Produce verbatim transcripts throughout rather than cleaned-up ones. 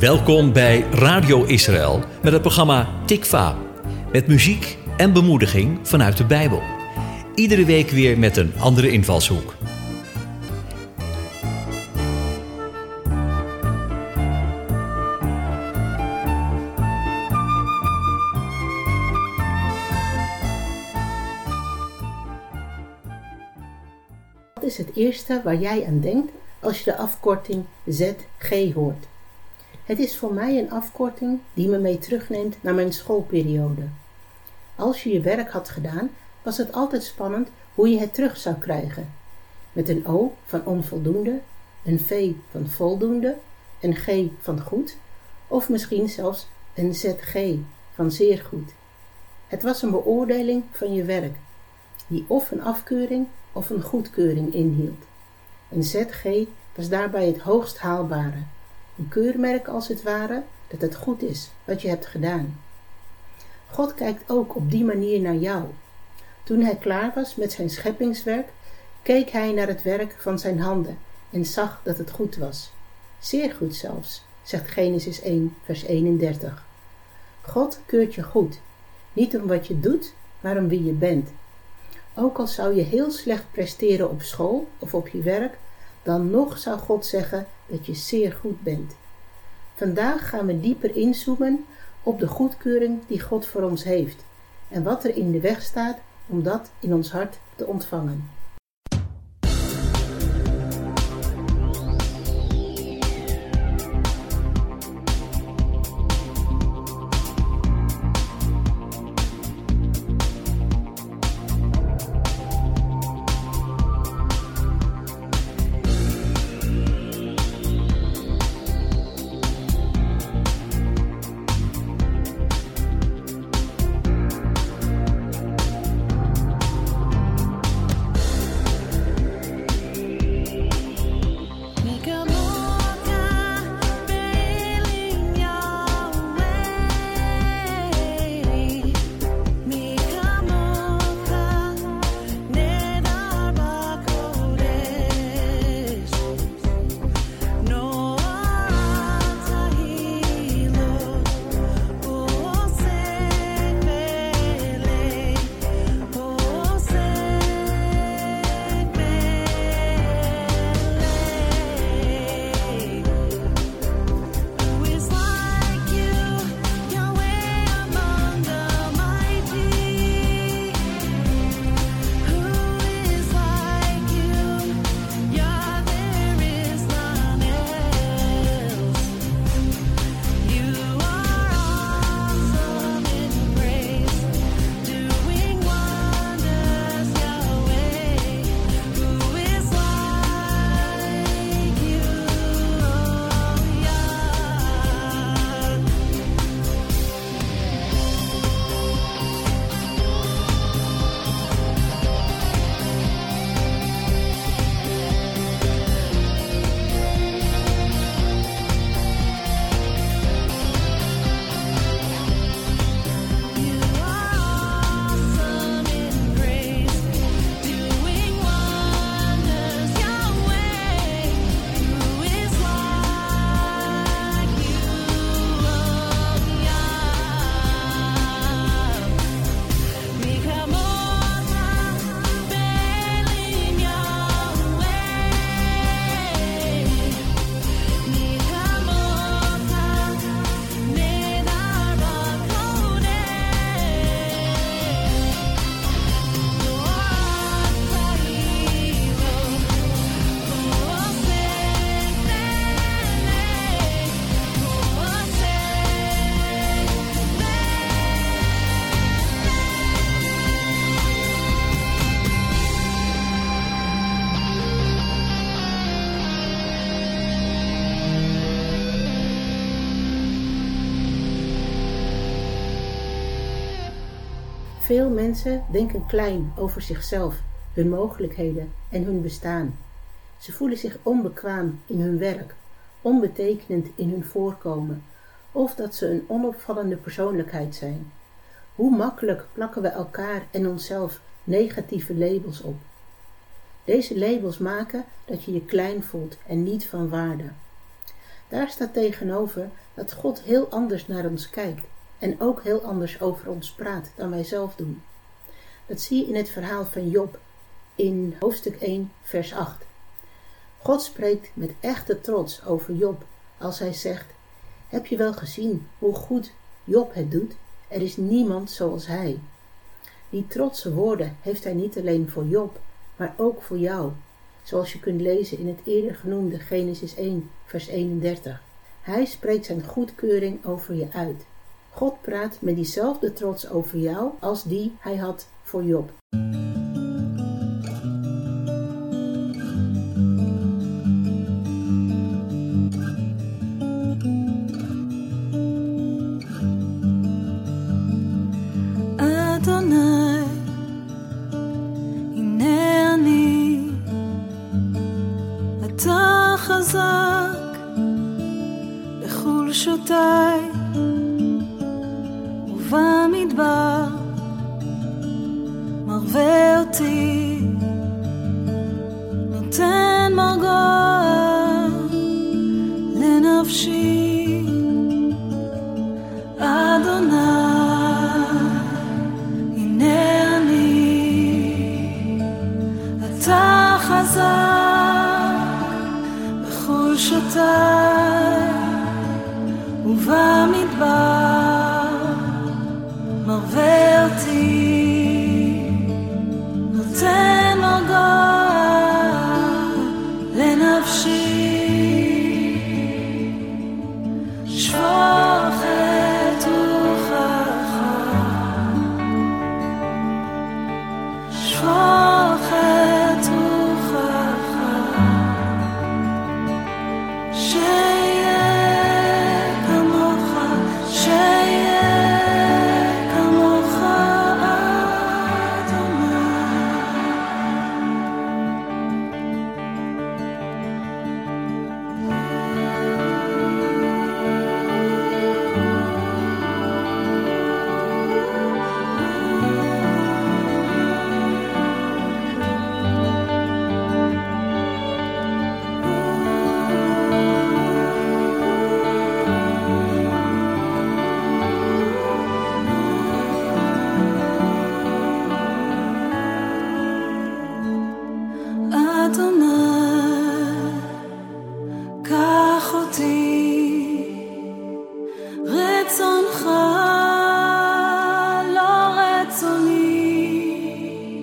Welkom bij Radio Israël met het programma Tikva. Met muziek en bemoediging vanuit de Bijbel. Iedere week weer met een andere invalshoek. Wat is het eerste waar jij aan denkt als je de afkorting Z G hoort? Het is voor mij een afkorting die me mee terugneemt naar mijn schoolperiode. Als je je werk had gedaan, was het altijd spannend hoe je het terug zou krijgen. Met een O van onvoldoende, een V van voldoende, een G van goed of misschien zelfs een Z G van zeer goed. Het was een beoordeling van je werk, die of een afkeuring of een goedkeuring inhield. Een Z G was daarbij het hoogst haalbare. Een keurmerk als het ware dat het goed is wat je hebt gedaan. God kijkt ook op die manier naar jou. Toen hij klaar was met zijn scheppingswerk, keek hij naar het werk van zijn handen en zag dat het goed was. Zeer goed zelfs, zegt Genesis één vers eenendertig. God keurt je goed, niet om wat je doet, maar om wie je bent. Ook al zou je heel slecht presteren op school of op je werk, dan nog zou God zeggen dat je zeer goed bent. Vandaag gaan we dieper inzoomen op de goedkeuring die God voor ons heeft en wat er in de weg staat om dat in ons hart te ontvangen. Veel mensen denken klein over zichzelf, hun mogelijkheden en hun bestaan. Ze voelen zich onbekwaam in hun werk, onbetekenend in hun voorkomen, of dat ze een onopvallende persoonlijkheid zijn. Hoe makkelijk plakken we elkaar en onszelf negatieve labels op. Deze labels maken dat je je klein voelt en niet van waarde. Daar staat tegenover dat God heel anders naar ons kijkt en ook heel anders over ons praat dan wij zelf doen. Dat zie je in het verhaal van Job in hoofdstuk één vers acht. God spreekt met echte trots over Job als hij zegt: heb je wel gezien hoe goed Job het doet? Er is niemand zoals hij. Die trotse woorden heeft hij niet alleen voor Job, maar ook voor jou, zoals je kunt lezen in het eerder genoemde Genesis één vers eenendertig. Hij spreekt zijn goedkeuring over je uit. God praat met diezelfde trots over jou als die hij had voor Job. Adonai, הנה אני, אתה חזק בחולשותיי, ובמדבר מרווה אותי, נותן מרגוע לנפשי. אדוני, הנה אני, אתה חזק בחולשותיי, ובמדבר מרווה אותי, נותן מרגוע לנפשי. שפוך את רוחך, שפוך את רוחך, שיהיה כמוך, שיהיה כמוך, אדוני. קח אותי, רצונך לא רצוני,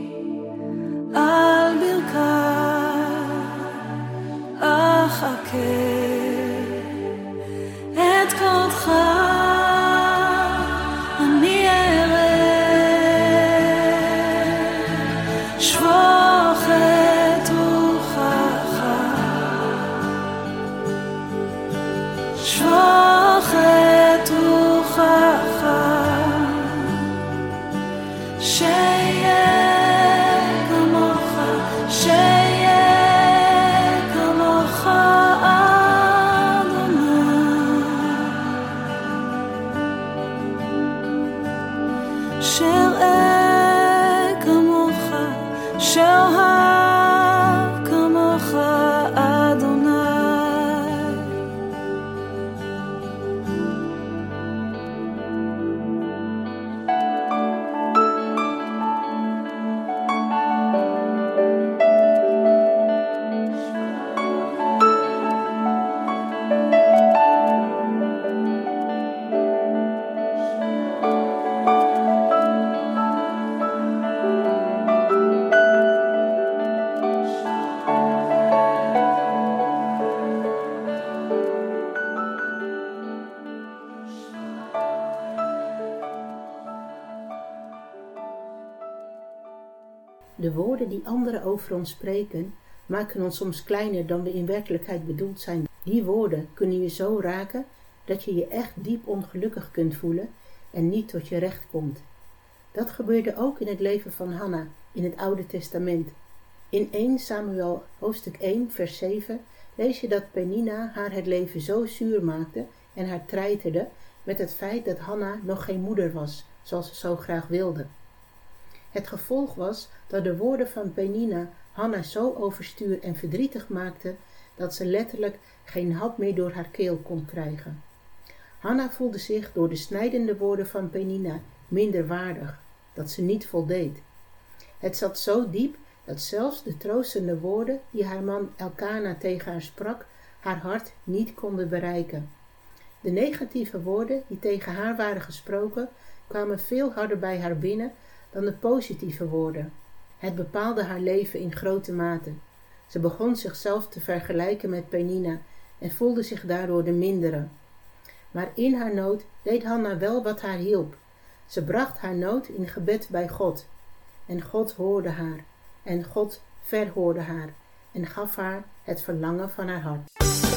על ברכי אחכה, את כבודך אני אראה. שפוך את רוחך, שפוך את רוחך, שיהיה כמוך, שיהיה כמוך, אדוני. שאראה כמוך, שאוהב כמוך, אדוני. De woorden die anderen over ons spreken, maken ons soms kleiner dan we in werkelijkheid bedoeld zijn. Die woorden kunnen je zo raken dat je je echt diep ongelukkig kunt voelen en niet tot je recht komt. Dat gebeurde ook in het leven van Hanna in het Oude Testament. In eerste Samuel hoofdstuk één vers zeven lees je dat Penina haar het leven zo zuur maakte en haar treiterde met het feit dat Hanna nog geen moeder was, zoals ze zo graag wilde. Het gevolg was dat de woorden van Penina Hanna zo overstuur en verdrietig maakten dat ze letterlijk geen hap meer door haar keel kon krijgen. Hanna voelde zich door de snijdende woorden van Penina minder waardig, dat ze niet voldeed. Het zat zo diep dat zelfs de troostende woorden die haar man Elkana tegen haar sprak, haar hart niet konden bereiken. De negatieve woorden die tegen haar waren gesproken, kwamen veel harder bij haar binnen dan de positieve woorden. Het bepaalde haar leven in grote mate. Ze begon zichzelf te vergelijken met Penina en voelde zich daardoor de mindere. Maar in haar nood deed Hanna wel wat haar hielp. Ze bracht haar nood in gebed bij God. En God hoorde haar. En God verhoorde haar. En gaf haar het verlangen van haar hart.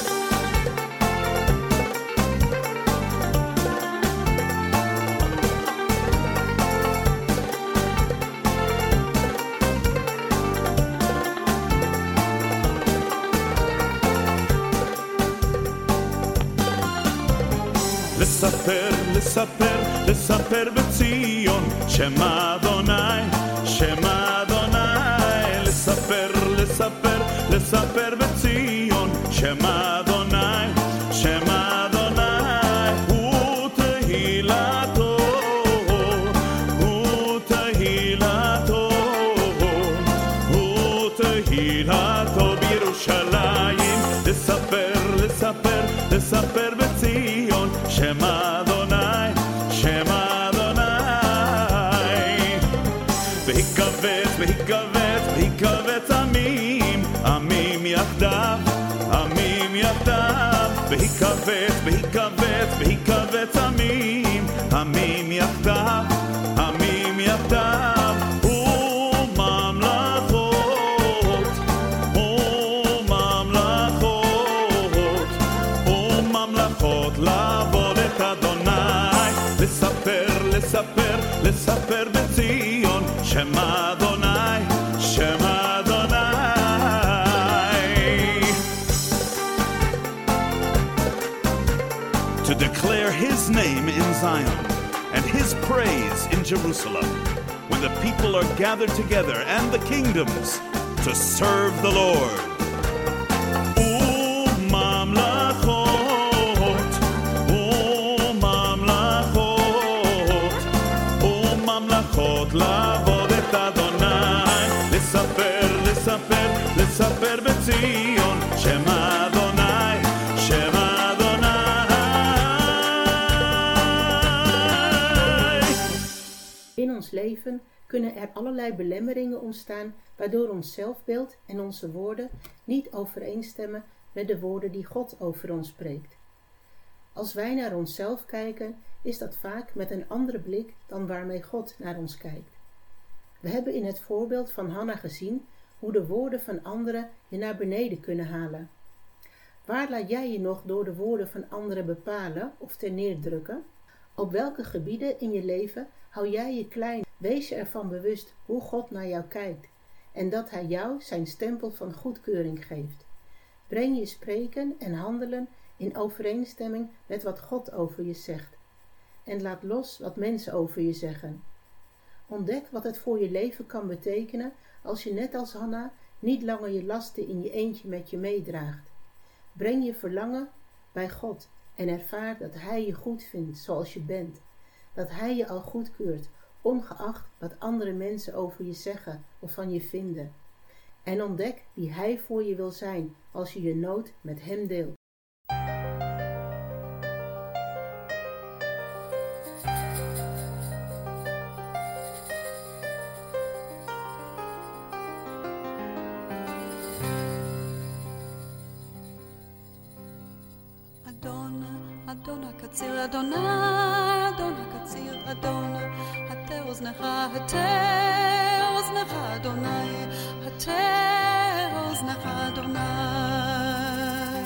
לספר, לספר, לספר בציון שמה אדוני, שמה אדוני. לספר, לספר, לספר בציון שמה אדוני, שמה אדוני. הוא תהילתו, הוא תהילתו, הוא תהילתו בירושלים. לספר, לספר, לספר בציון שמה אדוני, שמה אדוני. והיכבץ, והיכבץ, והיכבץ עמים, עמים יחדיו, עמים יחדיו. והיכבץ, והיכבץ, והיכבץ עמים, עמים יחדיו, עמים יחדיו. וממלכות, וממלכות, וממלכות לעבוד את אדוני. לספר, לספר, לספר בציון שמה אדוני, שמה אדוני. To declare his name in Zion and his praise in Jerusalem, when the people are gathered together and the kingdoms to serve the Lord. וממלכות, וממלכות, וממלכות לעבוד את אדוני. לספר, לספר, לספר בציון שמה אדוני, שמה אדוני. In ons leven kunnen er allerlei belemmeringen ontstaan waardoor ons zelfbeeld en onze woorden niet overeenstemmen met de woorden die God over ons spreekt. Als wij naar onszelf kijken, is dat vaak met een andere blik dan waarmee God naar ons kijkt. We hebben in het voorbeeld van Hanna gezien hoe de woorden van anderen je naar beneden kunnen halen. Waar laat jij je nog door de woorden van anderen bepalen of terneerdrukken? Op welke gebieden in je leven hou jij je klein? Wees je ervan bewust hoe God naar jou kijkt en dat Hij jou zijn stempel van goedkeuring geeft. Breng je spreken en handelen in overeenstemming met wat God over je zegt. En laat los wat mensen over je zeggen. Ontdek wat het voor je leven kan betekenen als je net als Hanna niet langer je lasten in je eentje met je meedraagt. Breng je verlangen bij God en ervaar dat Hij je goed vindt zoals je bent. Dat Hij je al goedkeurt, ongeacht wat andere mensen over je zeggen of van je vinden. En ontdek wie Hij voor je wil zijn als je je nood met Hem deelt. אדונה קציר, אדונה, אדונה קציר, אדונה, הטה אוזנך, הטה אוזנך, אדוני, הטה אוזנך, אדוני.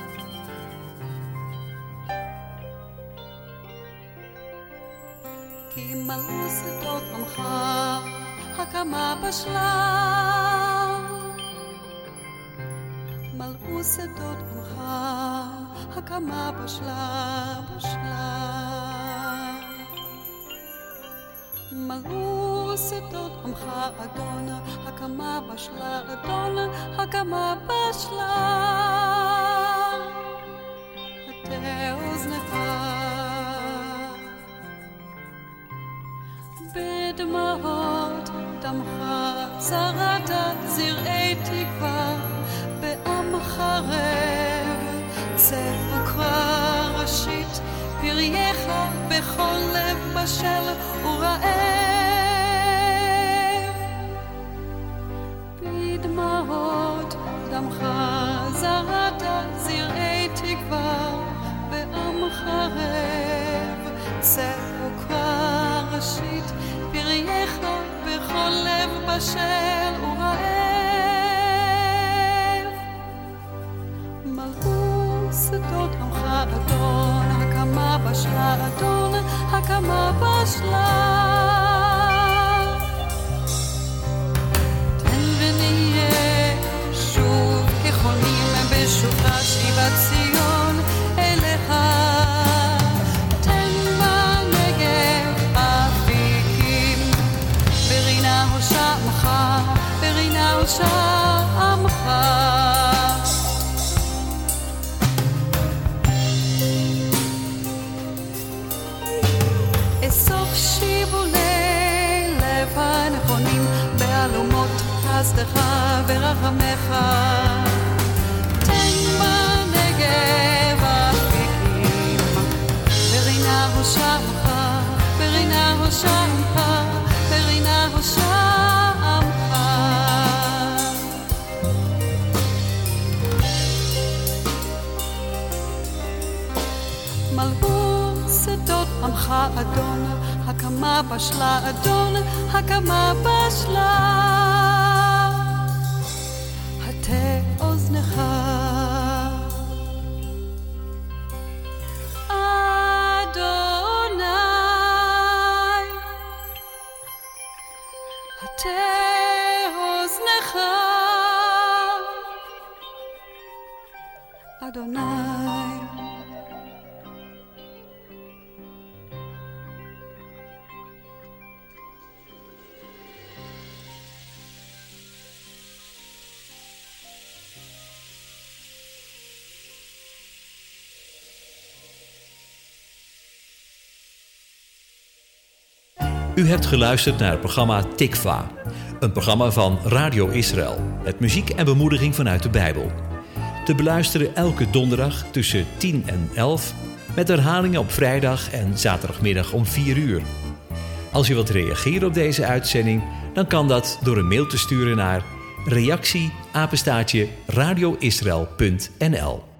כי מלאו שדות עמך, הקמה בשלה, מלאו שדות עמך, הקמה בשלה, בשלה. מלאו שדות עמך אדון, הקמה בשלה אדון, הקמה בשלה. הטה אוזנך בדמעות דמך זרעת זרעי תקווה בעמך רב צא וקרא ראשית פרייך בכל לב בשל ורעב בדמעות דמך זרעת זרעי תקווה בעמך רב צא וקרא ראשית פרייך בכל לב בשל ורעב מלכו שדות עמך אדון הקמה בשלה אדון הקמה בשלה תן ונהיה שוב כחולמים בשובה שיבת ציון אליך שעמך, ברינה ושעמך אסוף שיבולי לב הנכונים בעלומות חסדך ורחמך תן בנגב אפיקים ברינה ושעמך, ברינה ושעמך ברינה ושעמך מלכו שדות עמך אדון הקמה בשלה אדון הקמה בשלה הטה אוזנך אדוני הטה אוזנך אדוני U hebt geluisterd naar het programma Tikva, een programma van Radio Israël, met muziek en bemoediging vanuit de Bijbel. Te beluisteren elke donderdag tussen tien en elf, met herhalingen op vrijdag en zaterdagmiddag om vier uur. Als u wilt reageren op deze uitzending, dan kan dat door een mail te sturen naar reactie apenstaartje radioisrael punt n l.